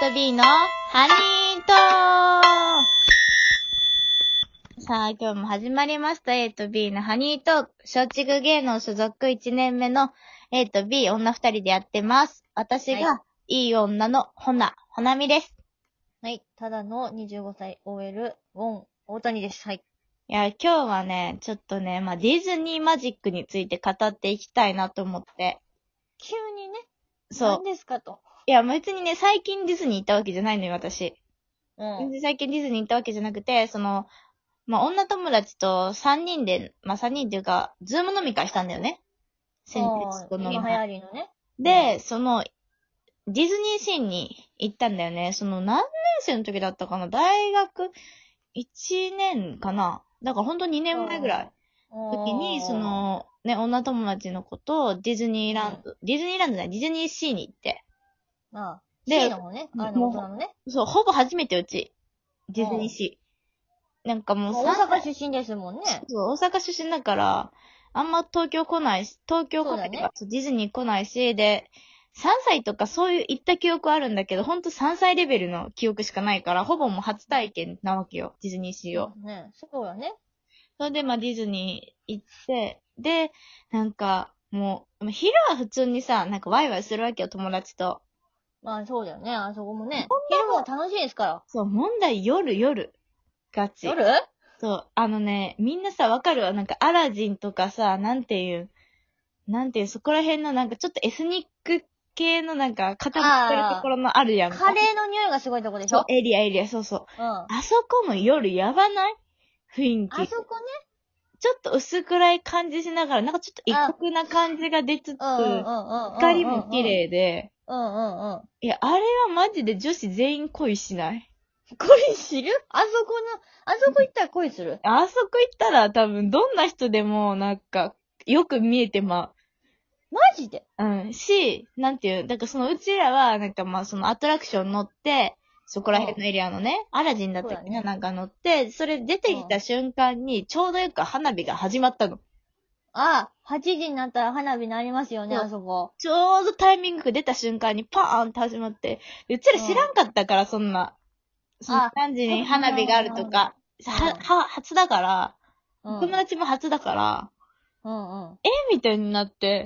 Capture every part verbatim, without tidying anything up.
と B のハニートーさあ、今日も始まりました A と B のハニートーク。松竹芸能所属いちねんめの A と B 女二人でやってます。私が、はい、いい女のほな、ほなみです。 はい。ただのにじゅうごさい オーエル、ウォン、大谷です。はい。 いや、今日はね、ちょっとね、まあ、ディズニーマジックについて語っていきたいなと思って。 急にね。 そう。 何ですかと。 いや、別にね、最近ディズニー行ったわけじゃないのよ、私。 うん。 全然最近ディズニー行ったわけじゃなくて、その、まあ、女友達とさんにんで、まあ、さんにんっていうか、ズーム飲み会したんだよね。先日この今流行りのね。 で、うん、その、ディズニーシーに行ったんだよね。その、何年生の時だったかな、大学いちねんかな、だからほんとにねんまえぐらい。時に、その、ね、女友達の子とディズニーランド、うん、ディズニーランドじゃない、ディズニーシーに行って。 ああ。で、C の方ね。あの、大人のね。 そう、ほぼ初めてうち。ディズニーシー。なんかもう、 大阪出身ですもんね。 そう、大阪出身だから、あんま東京来ないし、東京来ないとか、ね、ディズニー来ないし、で、さんさいとかそういう行った記憶あるんだけど、ほんとさんさいレベルの記憶しかないから、ほぼもう初体験なわけよ、ディズニーシーを。 ね、そうよね。 それで、まあ、ディズニー行って、で、なんか、もう、昼は普通にさ、なんかワイワイするわけよ、友達と。 まあ、そうだよね、あそこもね。昼も楽しいですから。 そう、問題夜、夜。ガチ。 夜？ そう、あのね、みんなさ、わかるわ。なんか、アラジンとかさ、なんていう、なんていう、そこら辺のなんか、ちょっとエスニック系のなんか、固まってるところのあるやんか。 カレーの匂いがすごいとこでしょ？ そう、エリア、エリア、そうそう。 うん。あそこの夜やばない？雰囲気。 あそこね。 ちょっと薄暗い感じしながら、なんかちょっと異国な感じが出つつ、光も綺麗で。 うんうんうん。 いや、あれはマジで女子全員恋しない？ 恋する？あそこの、あそこ行ったら恋する？ あそこ行ったら多分どんな人でもなんか、よく見えてまう。マジで？ うん。し、なんていう、だからそのうちらは、なんかまあそのアトラクション乗って、そこら辺のエリアのね、アラジンだったっけな、ね、なんか乗って、それ出てきた瞬間に、ちょうどよく花火が始まったの。 ああ、はちじになったら花火なりますよね、あそこ。 ちょうどタイミングが出た瞬間にパーンって始まって、うちら知らんかったから、そんな。そのさんじに花火があるとか、は、は、初だから、友達も初だから、 うんうん。 えみたいになって、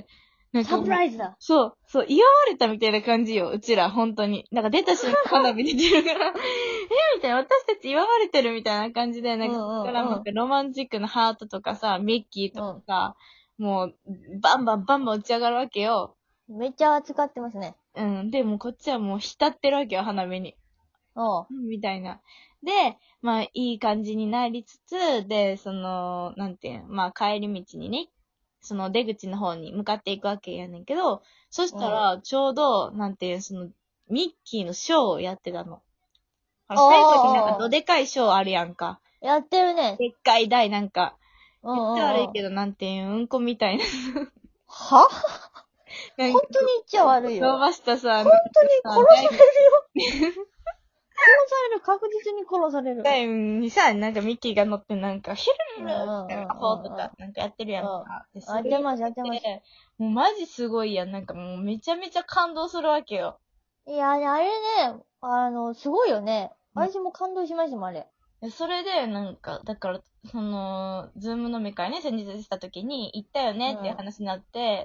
なんかサプライズだ。 そう、そう、祝われたみたいな感じよ、うちら、本当に。なんか出た瞬間花火出てるから、えみたいな、私たち祝われてるみたいな感じで、なんか、そこからなんかロマンチックなハートとかさ、ミッキーとかさ、うん、もう、バンバンバンバン打ち上がるわけよ。 めっちゃ扱ってますね。 うん。で、もうこっちはもう浸ってるわけよ、花火に。 おう。 みたいな。で、まあ、いい感じになりつつ、で、その、なんていう、まあ、帰り道にね、その出口の方に向かっていくわけやねんけど、そしたら、ちょうど、なんていう、その、ミッキーのショーをやってたの。最後になんかどでかいショーあるやんか。 やってるね。 でっかい台なんか。言って悪いけど、なんていう、うんこみたいな。 は？本当に言っちゃ悪いよ。 伸ばしたさ、 本当に殺されるよ。殺される、確実に殺される。 台にさ、なんかミッキーが乗ってなんか、ヒルルルってアホとかなんかやってるやんか。 やってます、やってます。 もうマジすごいやん。なんかもうめちゃめちゃ感動するわけよ。 いや、あれね、あの、すごいよね。私も感動しましたもん、あれ。 それで、なんか、だから、その、ズーム飲み会ね、先日した時に行ったよねっていう話になって、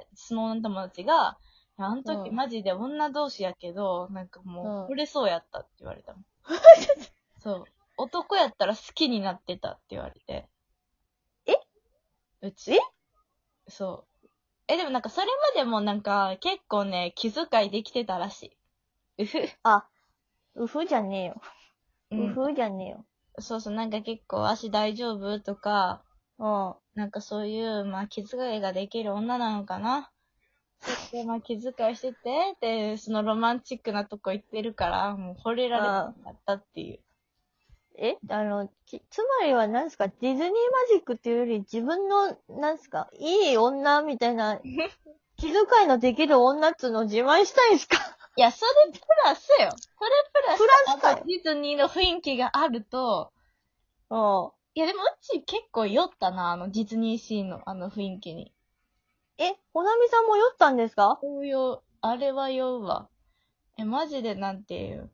うん、その友達が、あの時マジで女同士やけど、なんかもう、惚れそうやったって言われたもん。そう。男やったら好きになってたって言われて。 え？ うち？え？そう。え、でもなんかそれまでもなんか結構ね、気遣いできてたらしい。うふ。 あ、うふじゃねえよ。うふじゃねえよ。 そうそう、なんか結構足大丈夫とか、 うん。 なんかそういう、まあ気遣いができる女なのかな。そして、まあ気遣いしてて、で、そのロマンチックなとこ行ってるから、もう惚れられなかったっていう。 えあの、つまりは何ですか、ディズニーマジックっていうより自分の、何ですか、いい女みたいな、気遣いのできる女っつうのを自慢したいんすか？ いや、それプラスよ。それプラス、 プラスかよ。 ディズニーの雰囲気があると、 うん。 いや、でもうち結構酔ったな、あの、ディズニーシーのあの雰囲気に。 え、ほなみさんも酔ったんですか？ そうよ、あれは酔うわ。え、マジでなんていう。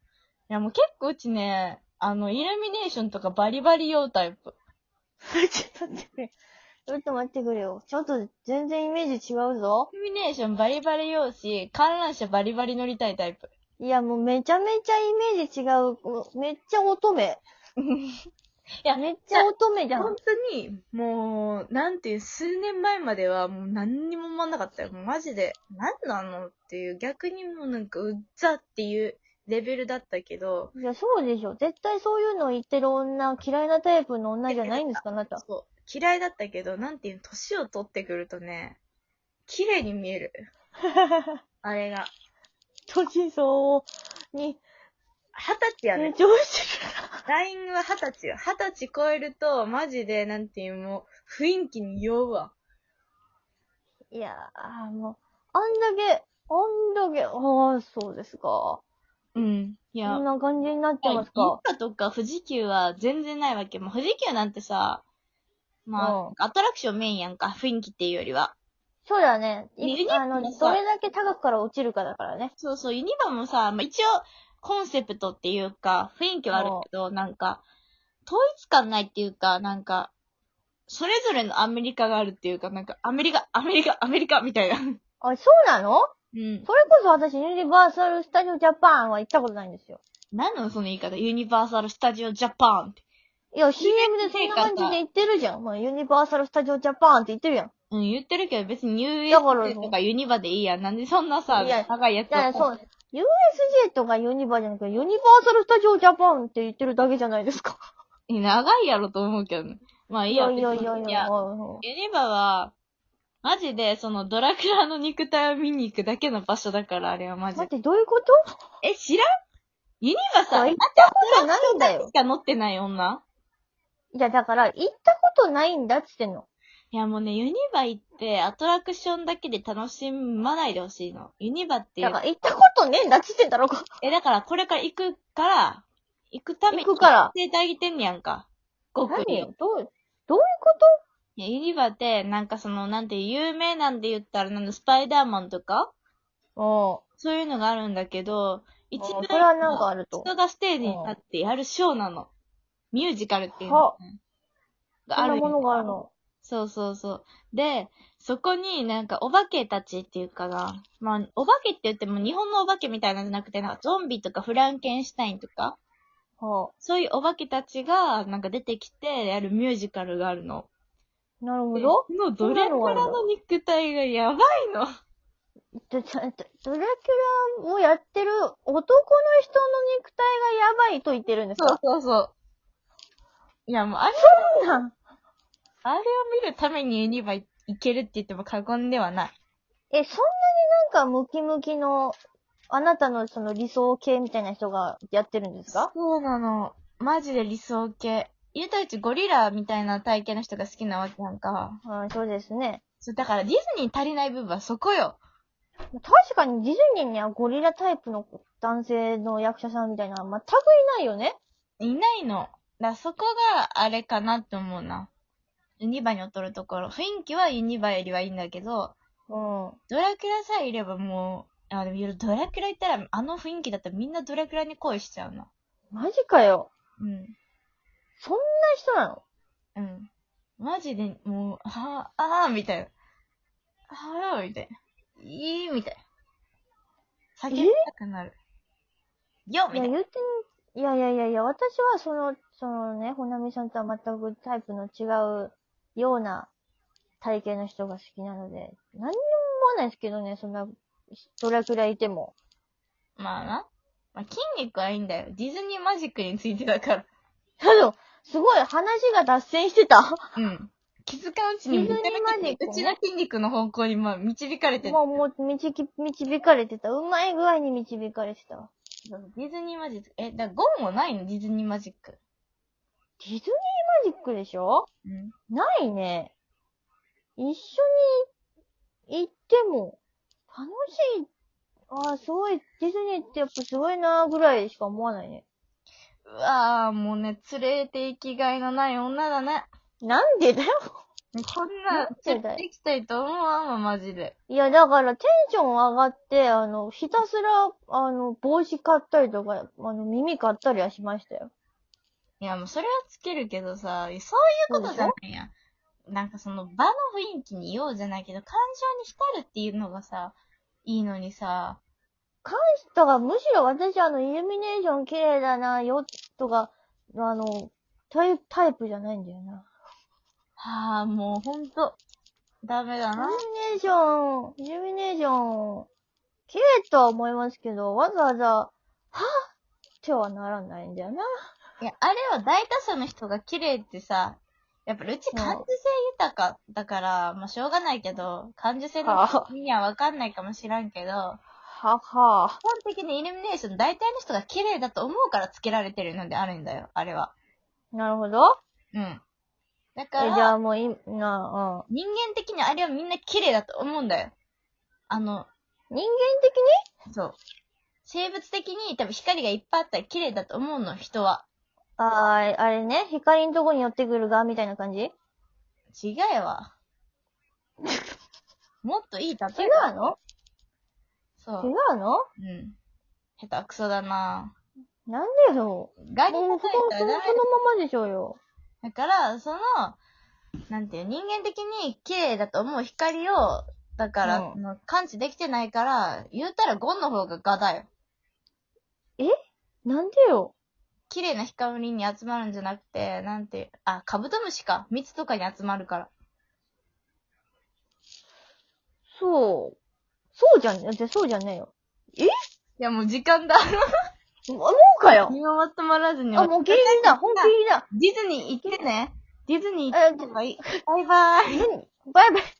やもう結構うちね、あの、イルミネーションとかバリバリ用タイプ。 ちょっと待ってくれ。ちょっと待ってくれよ。ちょっと全然イメージ違うぞ。 イルミネーションバリバリ用し、観覧車バリバリ乗りたいタイプ。 いや、もうめちゃめちゃイメージ違う。めっちゃ乙女。 いや、 めっちゃ乙女じゃん。 本当に、もう、なんていう、数年前まではもう何にも思わなかったよ。もうマジで、何なのっていう、逆にもうなんかうっざっていうレベルだったけど。 いや、そうでしょ。絶対そういうの言ってる女、嫌いなタイプの女じゃないんですか、あなた。 そう。嫌いだったけど、なんていう、年を取ってくるとね、綺麗に見える。あれが。 年相応に二十歳やね。 成長してる。 ラインは二十歳よ。二十歳超えると、マジで、なんていう、もう、雰囲気に酔うわ。 いやー、もう、あんだけ、あんだけ、ああ、そうですか。 うん。いや、 こんな感じになってますか。 インパとか富士急は全然ないわけ。もう富士急なんてさ、まあ、 うんアトラクションメインやんか、雰囲気っていうよりは。 そうだね。いユニあの、 バもさどれだけ高くから落ちるかだからね。 そうそう、ユニバもさ、まあ一応、コンセプトっていうか、雰囲気はあるけど、なんか、統一感ないっていうか、なんか、それぞれのアメリカがあるっていうか、なんか、アメリカ、アメリカ、アメリカみたいな。 あ、そうなのうん。 それこそ私、ユニバーサル・スタジオ・ジャパンは行ったことないんですよ。 何なのその言い方、ユニバーサル・スタジオ・ジャパンって。 いや、シーエム でそんな感じで言ってるじゃん。まあ、ユニバーサル・スタジオ・ジャパンって言ってるやん。 うん、言ってるけど別に ユだからーエスジェー とかユニバでいいやん。なんでそんなさ、 いや長いやついや、 をそう。ユーエスジェー とかユニバじゃなくて、ユニバーサル・スタジオ・ジャパンって言ってるだけじゃないですか。 長いやろと思うけどね。まあいいや。 いやいやいやいや。 いや、ユニバは、マジで、そのドラキュラの肉体を見に行くだけの場所だから、あれはマジで。 待って、どういうことえ、知らんユニバさ、 行ったことないんだよし。か乗ってない女いや、だから、行ったことないんだっつってんの。 いやもうね、ユニバ行ってアトラクションだけで楽しまないでほしいの。ユニバっていう。 だから、行ったことねえんだっつってんだろ、 え、だからこれから行くから、行くために行くから教えてあげてんねやんか。ごくに。 何どう、どういうこいや、ユニバって、なんかその、なんて有名なんで言ったら、なんだ、スパイダーマンとかとそういうのがあるんだけど、一うん番それはなんかあると人がステージに立ってやるショーなの。ミュージカルっていうのはがあるそんなものよ。 があるの。 そうそうそう。で、そこになんかお化けたちっていうかな。まあ、お化けって言っても日本のお化けみたいなんじゃなくて、なんかゾンビとかフランケンシュタインとか、 はそういうお化けたちがなんか出てきてやるミュージカルがあるの。 あ、なるほでど。 このドラキュラの肉体がやばいの。 ドドドラキュラをやってる男の人の肉体がやばいと言ってるんですそうかそうそう。いやもうあれ、 そうなんあれを見るためにユニバ行けるって言っても過言ではない。 え、そんなになんかムキムキの、あなたのその理想系みたいな人がやってるんですかそうなの。マジで理想系。言うたらうちゴリラみたいな体型の人が好きなわけやんか。 うん、そうですね。 そう、だからディズニー足りない部分はそこよ。 確かにディズニーにはゴリラタイプの男性の役者さんみたいなのは全くいないよね。 いないの。だからそこがあれかなって思うな。ユニバに劣るところ。雰囲気はユニバよりはいいんだけど、 うん。 ドラキュラさえいればもう、あ、でもドラキュラ行ったらあの雰囲気だったらみんなドラキュラに恋しちゃうな。 マジかよ。 うん。 そんな人なのうん。マジで、もう、はぁ、あーみたいな。はぁみたいな。いいみたいな。叫びたくなる。よいや、 みたいな。 言ってん、いやいやいやいや、私はその、そのね、ほなみさんとは全くタイプの違うような体型の人が好きなので、何にも思わないですけどね、そんな、どれくらいいても。 まあな。まあ、筋肉はいいんだよ。ディズニーマジックについてだから。 あの、すごい話が脱線してた。 うん。気づかんうちにめちゃめちゃディズニーマジックねうちの筋肉の方向にまあ導かれてる。 もう、もう、導き、導かれてた。うまい具合に導かれてたわ。 ディズニーマジック。え、だからゴンもないのディズニーマジック。 ディズニーマジックでしょうん。 ないね。一緒に行っても、楽しい。ああ、すごい、ディズニーってやっぱすごいなーぐらいしか思わないね。 うわぁ、もうね、連れて行きがいのない女だね。 なんでだよ。 こんな、 ちょっとできたいと思わんわ、マジで。 いや、だからテンション上がって、あの、ひたすら、あの、帽子買ったりとか、あの、耳買ったりはしましたよ。 いや、もうそれはつけるけどさ、そういうことじゃそうないやん。なんかその場の雰囲気に用じゃないけど、感情に浸るっていうのがさ、いいのにさ。 だからむしろ私、あの、イルミネーション綺麗だな、よ、とか、あの、タイタイプじゃないんだよな。 はあ、もうほんと、ダメだイルな。 ミネーション、イルミネーション、綺麗とは思いますけど、わざわざ、はぁってはならないんだよな。 いや、あれは大多数の人が綺麗ってさ、やっぱうち感受性豊かだから、まあしょうがないけど、感受性のはぁ、 人にはわかんないかもしらんけど、 はは基本的にイルミネーション大体の人が綺麗だと思うからつけられてるのであるんだよ、あれは。 なるほど。 うん。だかえ、じゃら、 あもうい、な、 人間的にあれはみんな綺麗だと思うんだよ。あの、 うん。人間的にそう。生物的に多分光がいっぱいあったら綺麗だと思うの、人は。 あー、あれね、光のとこに寄ってくるが、みたいな感じ？ 違うわ。もっといい例え違だ。 うの？ そう。 違うの？ うん。下手くそだななんでよ。 ガリもう、その、その、その例えたらダメままでしょうよ。 だから、その、なんていう、人間的に綺麗だと思う光を、だから、 うんその感知できてないから、言うたらゴンの方がガだよ。 なんでよ。 綺麗な光に集まるんじゃなくて、なんていう、あ、カブトムシか。蜜とかに集まるから。 そう。そうじゃん、じゃ、そうじゃねえよ。 いや、もう時間だ。 ももうかよ。 見まとまらずに。 あ、もうギリギリだ。本気ギリだ。 ディズニー行ってね。ディズニーえ行った方がいい。バイバイ。 何バイバイ。